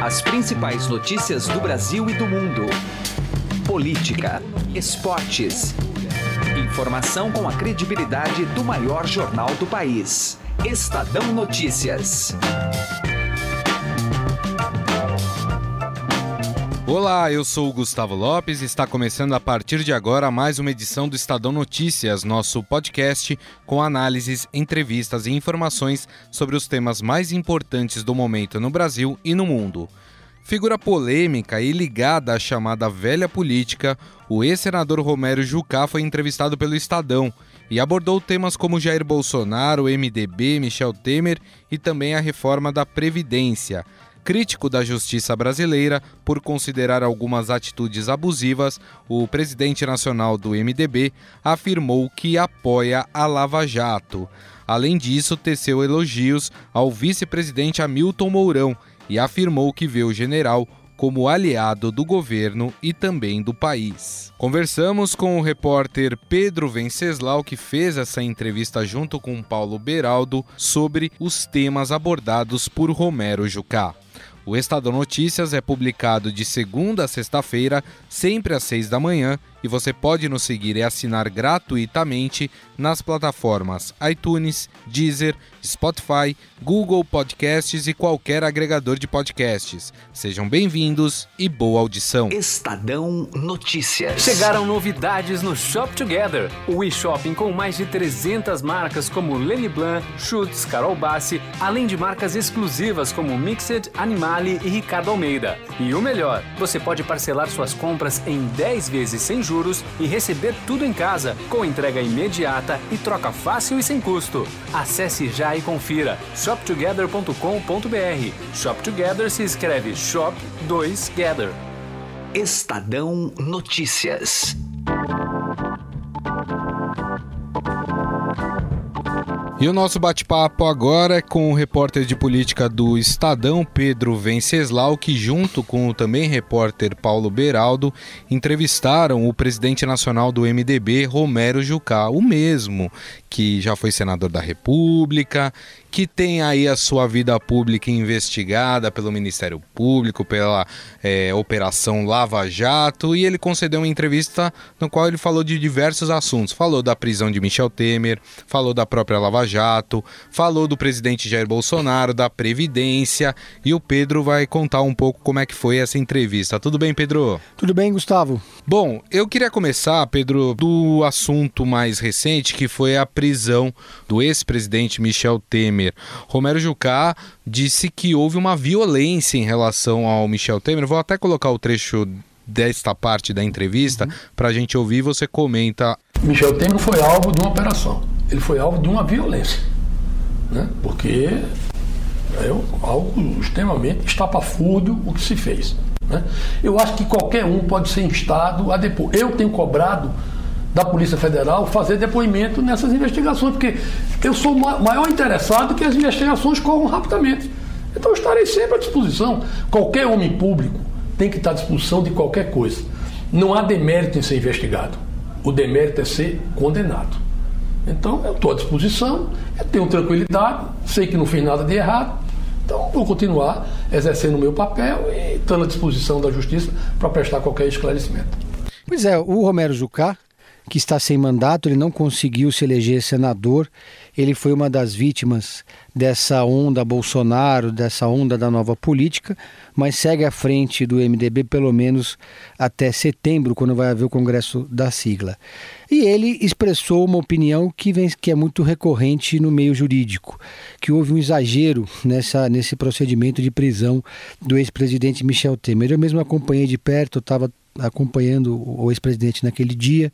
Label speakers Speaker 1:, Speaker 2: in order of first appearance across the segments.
Speaker 1: As principais notícias do Brasil e do mundo. Política, esportes. Informação com a credibilidade do maior jornal do país. Estadão Notícias.
Speaker 2: Olá, eu sou o Gustavo Lopes e está começando a partir de agora mais uma edição do Estadão Notícias, nosso podcast com análises, entrevistas e informações sobre os temas mais importantes do momento no Brasil e no mundo. Figura polêmica e ligada à chamada velha política, o ex-senador Romero Jucá foi entrevistado pelo Estadão e abordou temas como Jair Bolsonaro, MDB, Michel Temer e também a reforma da Previdência. Crítico da justiça brasileira por considerar algumas atitudes abusivas, o presidente nacional do MDB afirmou que apoia a Lava Jato. Além disso, teceu elogios ao vice-presidente Hamilton Mourão e afirmou que vê o general como aliado do governo e também do país. Conversamos com o repórter Pedro Venceslau, que fez essa entrevista junto com Paulo Beraldo sobre os temas abordados por Romero Jucá. O Estadão Notícias é publicado de segunda a sexta-feira, sempre às 6 da manhã, e você pode nos seguir e assinar gratuitamente nas plataformas iTunes, Deezer, Spotify, Google Podcasts e qualquer agregador de podcasts. Sejam bem-vindos e boa audição.
Speaker 1: Estadão Notícias.
Speaker 3: Chegaram novidades no Shop Together, o e-shopping com mais de 300 marcas como Lenny Blanc, Schutz, Carol Bassi, além de marcas exclusivas como Mixed, Animale e Ricardo Almeida. E o melhor, você pode parcelar suas compras em 10 vezes sem juros e receber tudo em casa, com entrega imediata e troca fácil e sem custo. Acesse já e confira shoptogether.com.br. Shop Together se escreve Shop 2 Gather.
Speaker 1: Estadão Notícias.
Speaker 2: E o nosso bate-papo agora é com o repórter de política do Estadão, Pedro Venceslau, que junto com o também repórter Paulo Beraldo entrevistaram o presidente nacional do MDB, Romero Jucá, o mesmo que já foi senador da República, que tem aí a sua vida pública investigada pelo Ministério Público, pela Operação Lava Jato, e ele concedeu uma entrevista no qual ele falou de diversos assuntos. Falou da prisão de Michel Temer, falou da própria Lava Jato, falou do presidente Jair Bolsonaro, da Previdência, e o Pedro vai contar um pouco como é que foi essa entrevista. Tudo bem, Pedro?
Speaker 4: Tudo bem, Gustavo.
Speaker 2: Bom, eu queria começar, Pedro, do assunto mais recente, que foi a prisão do ex-presidente Michel Temer. Romero Jucá disse que houve uma violência em relação ao Michel Temer. Vou até colocar o trecho desta parte da entrevista para a gente ouvir e você comenta.
Speaker 5: Michel Temer foi alvo de uma operação. Ele foi alvo de uma violência, né? Porque é algo extremamente estapafúrdio o que se fez, né? Eu acho que qualquer um pode ser instado a depor. Eu tenho cobrado da Polícia Federal fazer depoimento nessas investigações, porque eu sou o maior interessado que as investigações corram rapidamente. Então eu estarei sempre à disposição. Qualquer homem público tem que estar à disposição de qualquer coisa. Não há demérito em ser investigado. O demérito é ser condenado. Então eu estou à disposição, eu tenho tranquilidade, sei que não fiz nada de errado, então vou continuar exercendo o meu papel e estando à disposição da Justiça para prestar qualquer esclarecimento.
Speaker 4: Pois é, o Romero Jucá, que está sem mandato, ele não conseguiu se eleger senador, ele foi uma das vítimas dessa onda Bolsonaro, dessa onda da nova política, mas segue à frente do MDB pelo menos até setembro, quando vai haver o congresso da sigla. E ele expressou uma opinião que é muito recorrente no meio jurídico, que houve um exagero nesse procedimento de prisão do ex-presidente Michel Temer. Eu mesmo acompanhei de perto, estava acompanhando o ex-presidente naquele dia.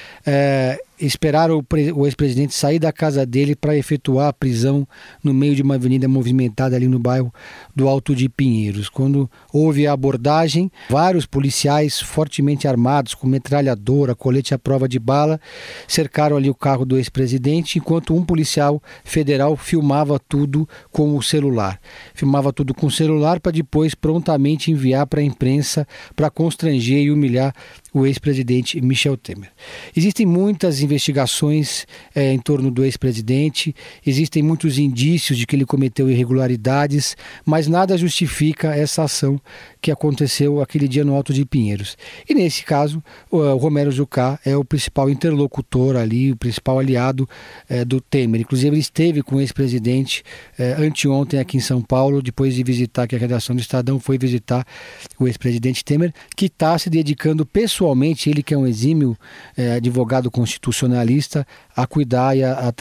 Speaker 4: Esperaram o ex-presidente sair da casa dele para efetuar a prisão no meio de uma avenida movimentada ali no bairro do Alto de Pinheiros. Quando houve a abordagem, vários policiais fortemente armados, com metralhadora, colete à prova de bala, cercaram ali o carro do ex-presidente, enquanto um policial federal filmava tudo com o celular. Filmava tudo com o celular para depois prontamente enviar para a imprensa para constranger e humilhar o ex-presidente Michel Temer. Existem muitas investigações em torno do ex-presidente, existem muitos indícios de que ele cometeu irregularidades, mas nada justifica essa ação que aconteceu aquele dia no Alto de Pinheiros. E nesse caso, o Romero Jucá é o principal interlocutor ali, o principal aliado do Temer. Inclusive, ele esteve com o ex-presidente anteontem aqui em São Paulo, depois de visitar, que a redação do Estadão foi visitar o ex-presidente Temer, que está se dedicando pessoalmente, ele que é um exímio advogado constitucionalista, a cuidar e a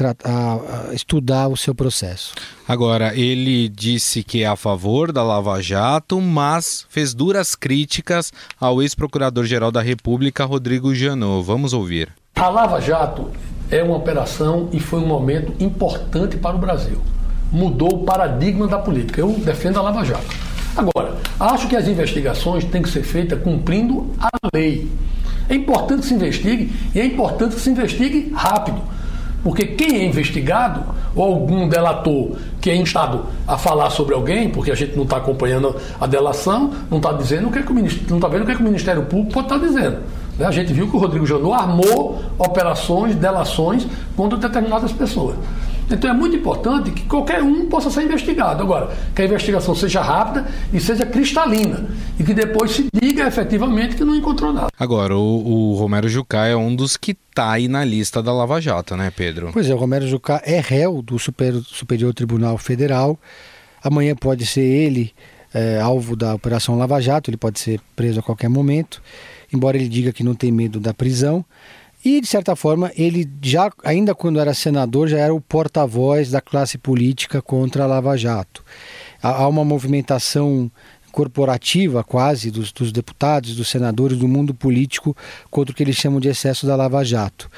Speaker 4: estudar o seu processo.
Speaker 2: Agora, ele disse que é a favor da Lava Jato, mas fez duras críticas ao ex-procurador-geral da República, Rodrigo Janot. Vamos ouvir.
Speaker 5: A Lava Jato é uma operação e foi um momento importante para o Brasil. Mudou o paradigma da política. Eu defendo a Lava Jato. Agora, acho que as investigações têm que ser feitas cumprindo a lei. É importante que se investigue e é importante que se investigue rápido. Porque quem é investigado, ou algum delator que é instado a falar sobre alguém, porque a gente não está acompanhando a delação, não está dizendo o que é que não está vendo o que é que o Ministério Público pode estar dizendo. A gente viu que o Rodrigo Janot armou operações, delações contra determinadas pessoas. Então é muito importante que qualquer um possa ser investigado. Agora, que a investigação seja rápida e seja cristalina. E que depois se diga efetivamente que não encontrou nada.
Speaker 2: Agora, o Romero Jucá é um dos que está aí na lista da Lava Jato, né, Pedro?
Speaker 4: Pois é, o Romero Jucá é réu do Superior Tribunal Federal. Amanhã pode ser ele alvo da Operação Lava Jato, ele pode ser preso a qualquer momento, embora ele diga que não tem medo da prisão. E, de certa forma, ele já, ainda quando era senador, já era o porta-voz da classe política contra a Lava Jato. Há uma movimentação corporativa quase dos deputados, dos senadores, do mundo político contra o que eles chamam de excesso da Lava Jato.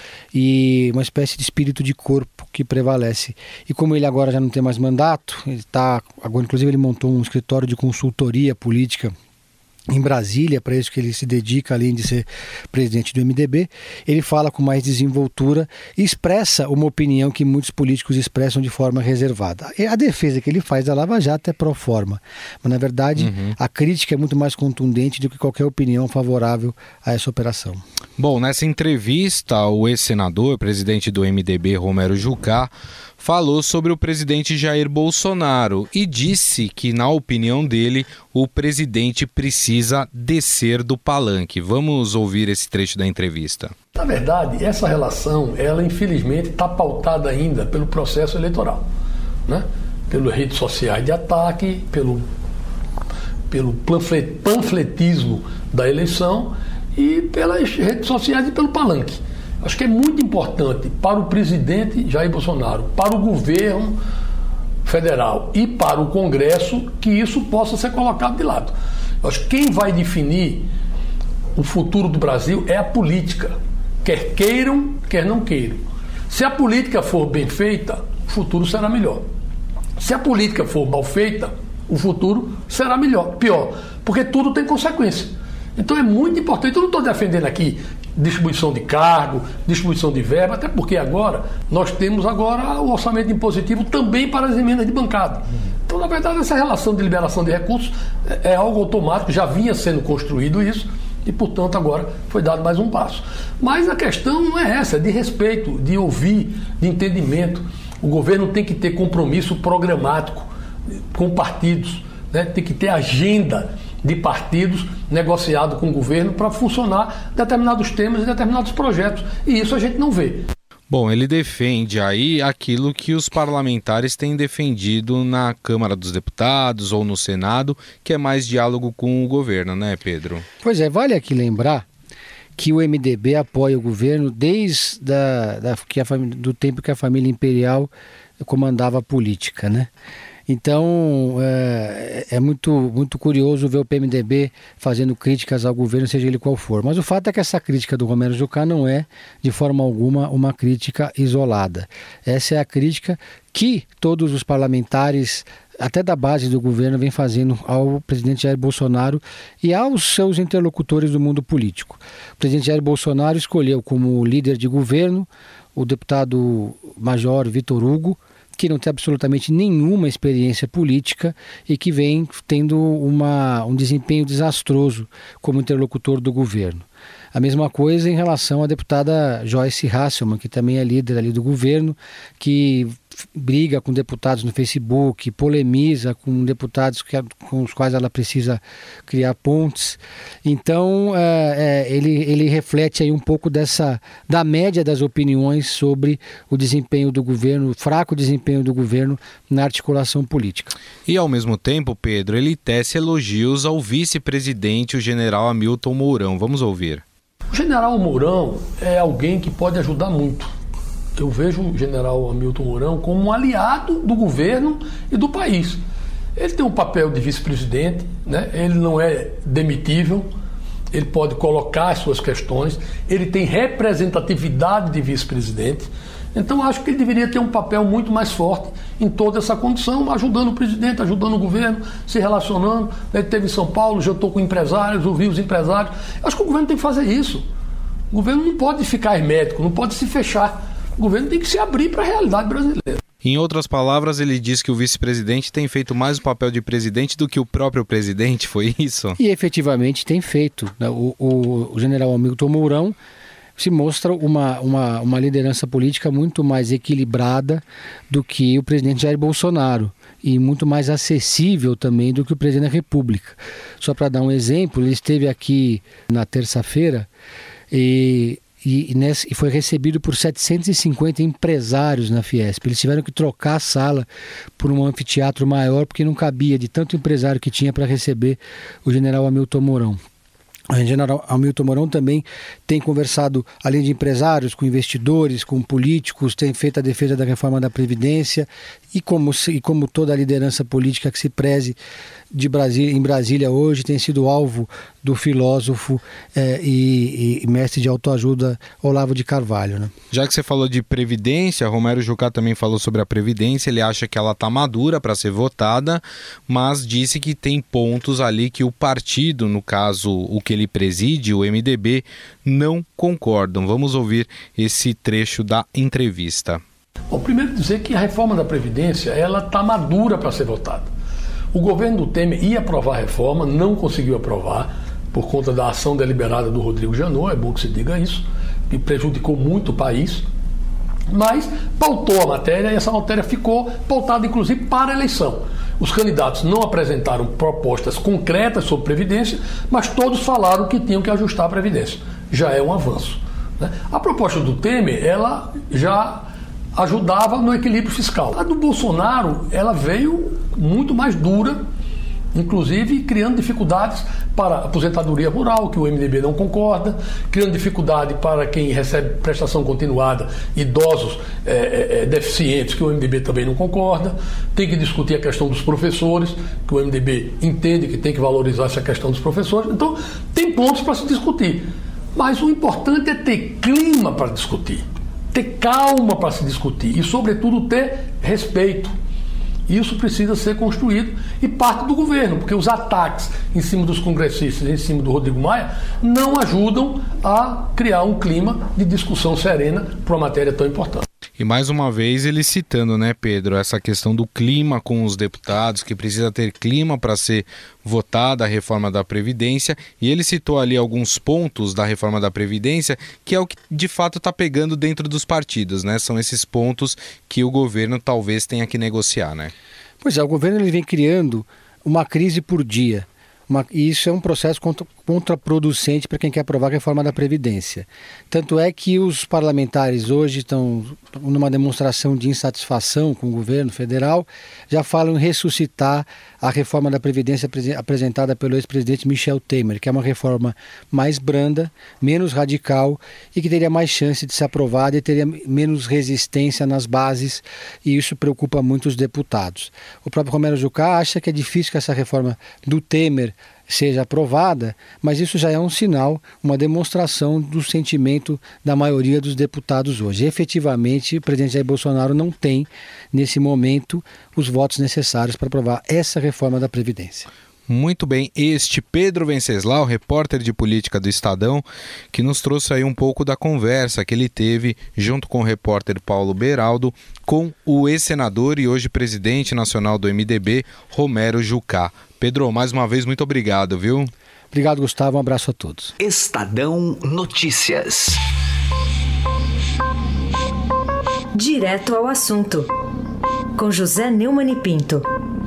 Speaker 4: E uma espécie de espírito de corpo que prevalece. E como ele agora já não tem mais mandato, agora inclusive ele montou um escritório de consultoria política em Brasília, para isso que ele se dedica, além de ser presidente do MDB, ele fala com mais desenvoltura e expressa uma opinião que muitos políticos expressam de forma reservada. A defesa que ele faz da Lava Jato é pro forma, mas na verdade a crítica é muito mais contundente do que qualquer opinião favorável a essa operação.
Speaker 2: Bom, nessa entrevista, o ex-senador, presidente do MDB, Romero Jucá, falou sobre o presidente Jair Bolsonaro e disse que, na opinião dele, o presidente precisa descer do palanque. Vamos ouvir esse trecho da entrevista.
Speaker 5: Na verdade, essa relação, ela infelizmente está pautada ainda pelo processo eleitoral, né? Pelas redes sociais de ataque, pelo panfletismo da eleição e pelas redes sociais e pelo palanque. Acho que é muito importante para o presidente Jair Bolsonaro, para o governo federal e para o Congresso que isso possa ser colocado de lado. Acho que quem vai definir o futuro do Brasil é a política, quer queiram, quer não queiram. Se a política for bem feita, o futuro será melhor. Se a política for mal feita, o futuro será pior, porque tudo tem consequência. Então é muito importante. Eu não estou defendendo aqui distribuição de cargo, distribuição de verba, até porque agora nós temos o orçamento impositivo também para as emendas de bancada. Então, na verdade, essa relação de liberação de recursos é algo automático, já vinha sendo construído isso e, portanto, agora foi dado mais um passo. Mas a questão não é essa, é de respeito, de ouvir, de entendimento. O governo tem que ter compromisso programático com partidos, né? Tem que ter agenda de partidos negociado com o governo para funcionar determinados temas e determinados projetos. E isso a gente não vê.
Speaker 2: Bom, ele defende aí aquilo que os parlamentares têm defendido na Câmara dos Deputados ou no Senado, que é mais diálogo com o governo, né, Pedro?
Speaker 4: Pois é, vale aqui lembrar que o MDB apoia o governo desde do tempo que a família imperial comandava a política, né? Então, é muito curioso ver o PMDB fazendo críticas ao governo, seja ele qual for. Mas o fato é que essa crítica do Romero Jucá não é, de forma alguma, uma crítica isolada. Essa é a crítica que todos os parlamentares, até da base do governo, vem fazendo ao presidente Jair Bolsonaro e aos seus interlocutores do mundo político. O presidente Jair Bolsonaro escolheu como líder de governo o deputado Major Vitor Hugo, que não tem absolutamente nenhuma experiência política e que vem tendo um desempenho desastroso como interlocutor do governo. A mesma coisa em relação à deputada Joyce Hasselmann, que também é líder ali do governo, que briga com deputados no Facebook, polemiza com deputados com os quais ela precisa criar pontes. Então, ele reflete aí um pouco da média das opiniões sobre o desempenho do governo, o fraco desempenho do governo na articulação política.
Speaker 2: E, ao mesmo tempo, Pedro, ele tece elogios ao vice-presidente, o general Hamilton Mourão. Vamos ouvir.
Speaker 5: O general Mourão é alguém que pode ajudar muito. Eu vejo o general Hamilton Mourão como um aliado do governo e do país. Ele tem um papel de vice-presidente, né? Ele não é demitível, ele pode colocar as suas questões, ele tem representatividade de vice-presidente. Então acho que ele deveria ter um papel muito mais forte em toda essa condição, ajudando o presidente, ajudando o governo, se relacionando. Ele esteve em São Paulo, jantou com empresários, ouviu os empresários. Acho que o governo tem que fazer isso. O governo não pode ficar hermético, não pode se fechar. O governo tem que se abrir para a realidade brasileira.
Speaker 2: Em outras palavras, ele diz que o vice-presidente tem feito mais o papel de presidente do que o próprio presidente, foi isso?
Speaker 4: E efetivamente tem feito. O general Hamilton Mourão se mostra uma liderança política muito mais equilibrada do que o presidente Jair Bolsonaro e muito mais acessível também do que o presidente da República. Só para dar um exemplo, ele esteve aqui na terça-feira e foi recebido por 750 empresários na Fiesp. Eles tiveram que trocar a sala por um anfiteatro maior porque não cabia de tanto empresário que tinha para receber o general Hamilton Mourão. O general Hamilton Mourão também tem conversado, além de empresários, com investidores, com políticos, tem feito a defesa da reforma da Previdência e como toda a liderança política que se preze em Brasília hoje, tem sido alvo do filósofo e mestre de autoajuda Olavo de Carvalho, né?
Speaker 2: Já que você falou de Previdência, Romero Jucá também falou sobre a Previdência, ele acha que ela está madura para ser votada, mas disse que tem pontos ali que o partido, no caso o que ele preside, o MDB, não concordam. Vamos ouvir esse trecho da entrevista.
Speaker 5: Bom, primeiro dizer que a reforma da Previdência ela está madura para ser votada. O governo do Temer ia aprovar a reforma, não conseguiu aprovar por conta da ação deliberada do Rodrigo Janot, é bom que se diga isso, que prejudicou muito o país, mas pautou a matéria e essa matéria ficou pautada inclusive para a eleição. Os candidatos não apresentaram propostas concretas sobre Previdência, mas todos falaram que tinham que ajustar a Previdência. Já é um avanço, né? A proposta do Temer, ela já ajudava no equilíbrio fiscal. A do Bolsonaro, ela veio muito mais dura, inclusive criando dificuldades para a aposentadoria rural, que o MDB não concorda, criando dificuldade para quem recebe prestação continuada, idosos deficientes, que o MDB também não concorda. Tem que discutir a questão dos professores, que o MDB entende que tem que valorizar essa questão dos professores. Então, tem pontos para se discutir. Mas o importante é ter clima para discutir, ter calma para se discutir e, sobretudo, ter respeito. Isso precisa ser construído e parte do governo, porque os ataques em cima dos congressistas, em cima do Rodrigo Maia, não ajudam a criar um clima de discussão serena para uma matéria tão importante.
Speaker 2: E mais uma vez ele citando, né, Pedro, essa questão do clima com os deputados, que precisa ter clima para ser votada a reforma da Previdência, e ele citou ali alguns pontos da reforma da Previdência, que é o que de fato está pegando dentro dos partidos, né? São esses pontos que o governo talvez tenha que negociar, né?
Speaker 4: Pois é, o governo ele vem criando uma crise por dia. E isso é um processo contraproducente para quem quer aprovar a reforma da Previdência. Tanto é que os parlamentares hoje estão numa demonstração de insatisfação com o governo federal, já falam em ressuscitar a reforma da Previdência apresentada pelo ex-presidente Michel Temer, que é uma reforma mais branda, menos radical e que teria mais chance de ser aprovada e teria menos resistência nas bases, e isso preocupa muito os deputados. O próprio Romero Jucá acha que é difícil que essa reforma do Temer seja aprovada, mas isso já é um sinal, uma demonstração do sentimento da maioria dos deputados hoje. Efetivamente, o presidente Jair Bolsonaro não tem, nesse momento, os votos necessários para aprovar essa reforma da Previdência.
Speaker 2: Muito bem, este Pedro Venceslau, repórter de política do Estadão, que nos trouxe aí um pouco da conversa que ele teve junto com o repórter Paulo Beraldo com o ex-senador e hoje presidente nacional do MDB, Romero Jucá. Pedro, mais uma vez, muito obrigado, viu?
Speaker 4: Obrigado, Gustavo. Um abraço a todos.
Speaker 1: Estadão Notícias.
Speaker 6: Direto ao assunto, com José Neumann e Pinto.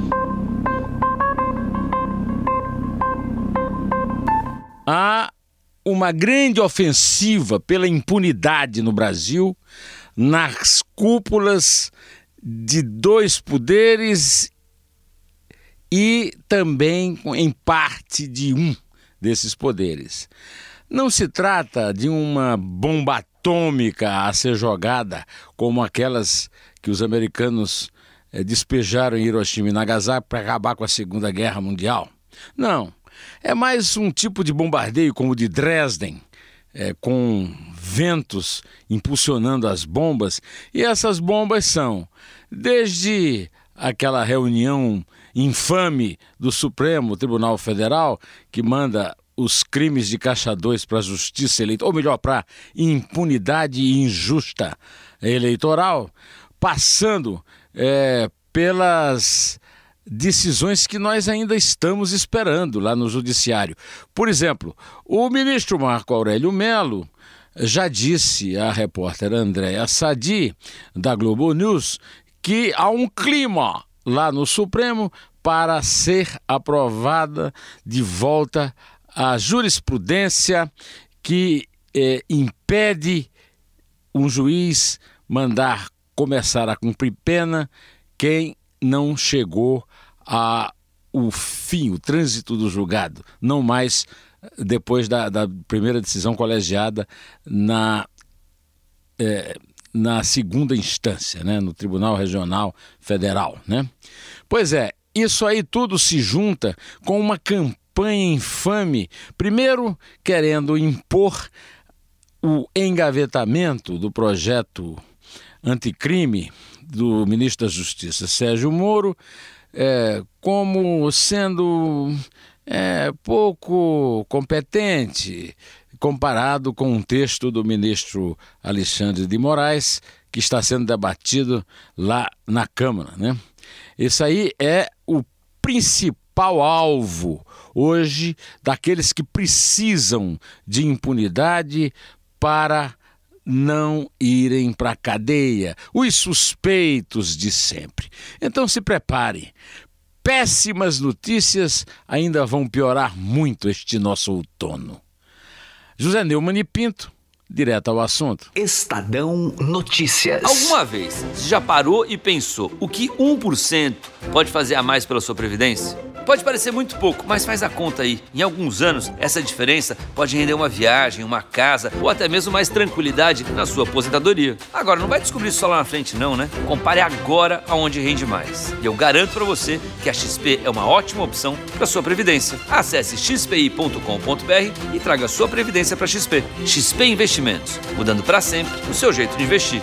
Speaker 7: Há uma grande ofensiva pela impunidade no Brasil, nas cúpulas de dois poderes e também em parte de um desses poderes. Não se trata de uma bomba atômica a ser jogada como aquelas que os americanos despejaram em Hiroshima e Nagasaki para acabar com a Segunda Guerra Mundial. Não, é mais um tipo de bombardeio como o de Dresden, com ventos impulsionando as bombas, e essas bombas são desde aquela reunião infame do Supremo Tribunal Federal, que manda os crimes de Caixa 2 para a justiça eleitoral, ou melhor, para a impunidade injusta eleitoral, passando pelas decisões que nós ainda estamos esperando lá no Judiciário. Por exemplo, o ministro Marco Aurélio Mello já disse à repórter Andréa Sadi, da Globo News, que há um clima lá no Supremo para ser aprovada de volta a jurisprudência que impede um juiz mandar começar a cumprir pena quem não chegou ao fim, o trânsito do julgado, não mais depois da primeira decisão colegiada na segunda instância, né, no Tribunal Regional Federal, né? Pois é, isso aí tudo se junta com uma campanha infame, primeiro querendo impor o engavetamento do projeto anticrime do ministro da Justiça, Sérgio Moro, como sendo pouco competente comparado com um texto do ministro Alexandre de Moraes, que está sendo debatido lá na Câmara, né? Isso aí é o principal alvo hoje daqueles que precisam de impunidade para não irem para a cadeia, os suspeitos de sempre. Então se prepare. Péssimas notícias ainda vão piorar muito este nosso outono. José Neumann e Pinto, direto ao assunto.
Speaker 1: Estadão Notícias.
Speaker 8: Alguma vez você já parou e pensou o que 1% pode fazer a mais pela sua previdência? Pode parecer muito pouco, mas faz a conta aí. Em alguns anos, essa diferença pode render uma viagem, uma casa ou até mesmo mais tranquilidade na sua aposentadoria. Agora, não vai descobrir isso só lá na frente não, né? Compare agora aonde rende mais. E eu garanto para você que a XP é uma ótima opção para sua previdência. Acesse xpi.com.br e traga sua previdência para XP. XP Investimentos, mudando para sempre o seu jeito de investir.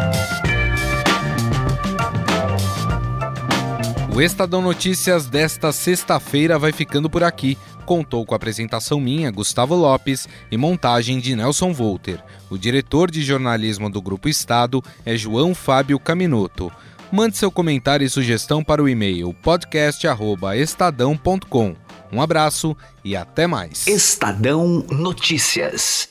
Speaker 2: O Estadão Notícias desta sexta-feira vai ficando por aqui. Contou com a apresentação minha, Gustavo Lopes, e montagem de Nelson Volter. O diretor de jornalismo do Grupo Estado é João Fábio Caminoto. Mande seu comentário e sugestão para o e-mail podcast@estadão.com. Um abraço e até mais.
Speaker 1: Estadão Notícias.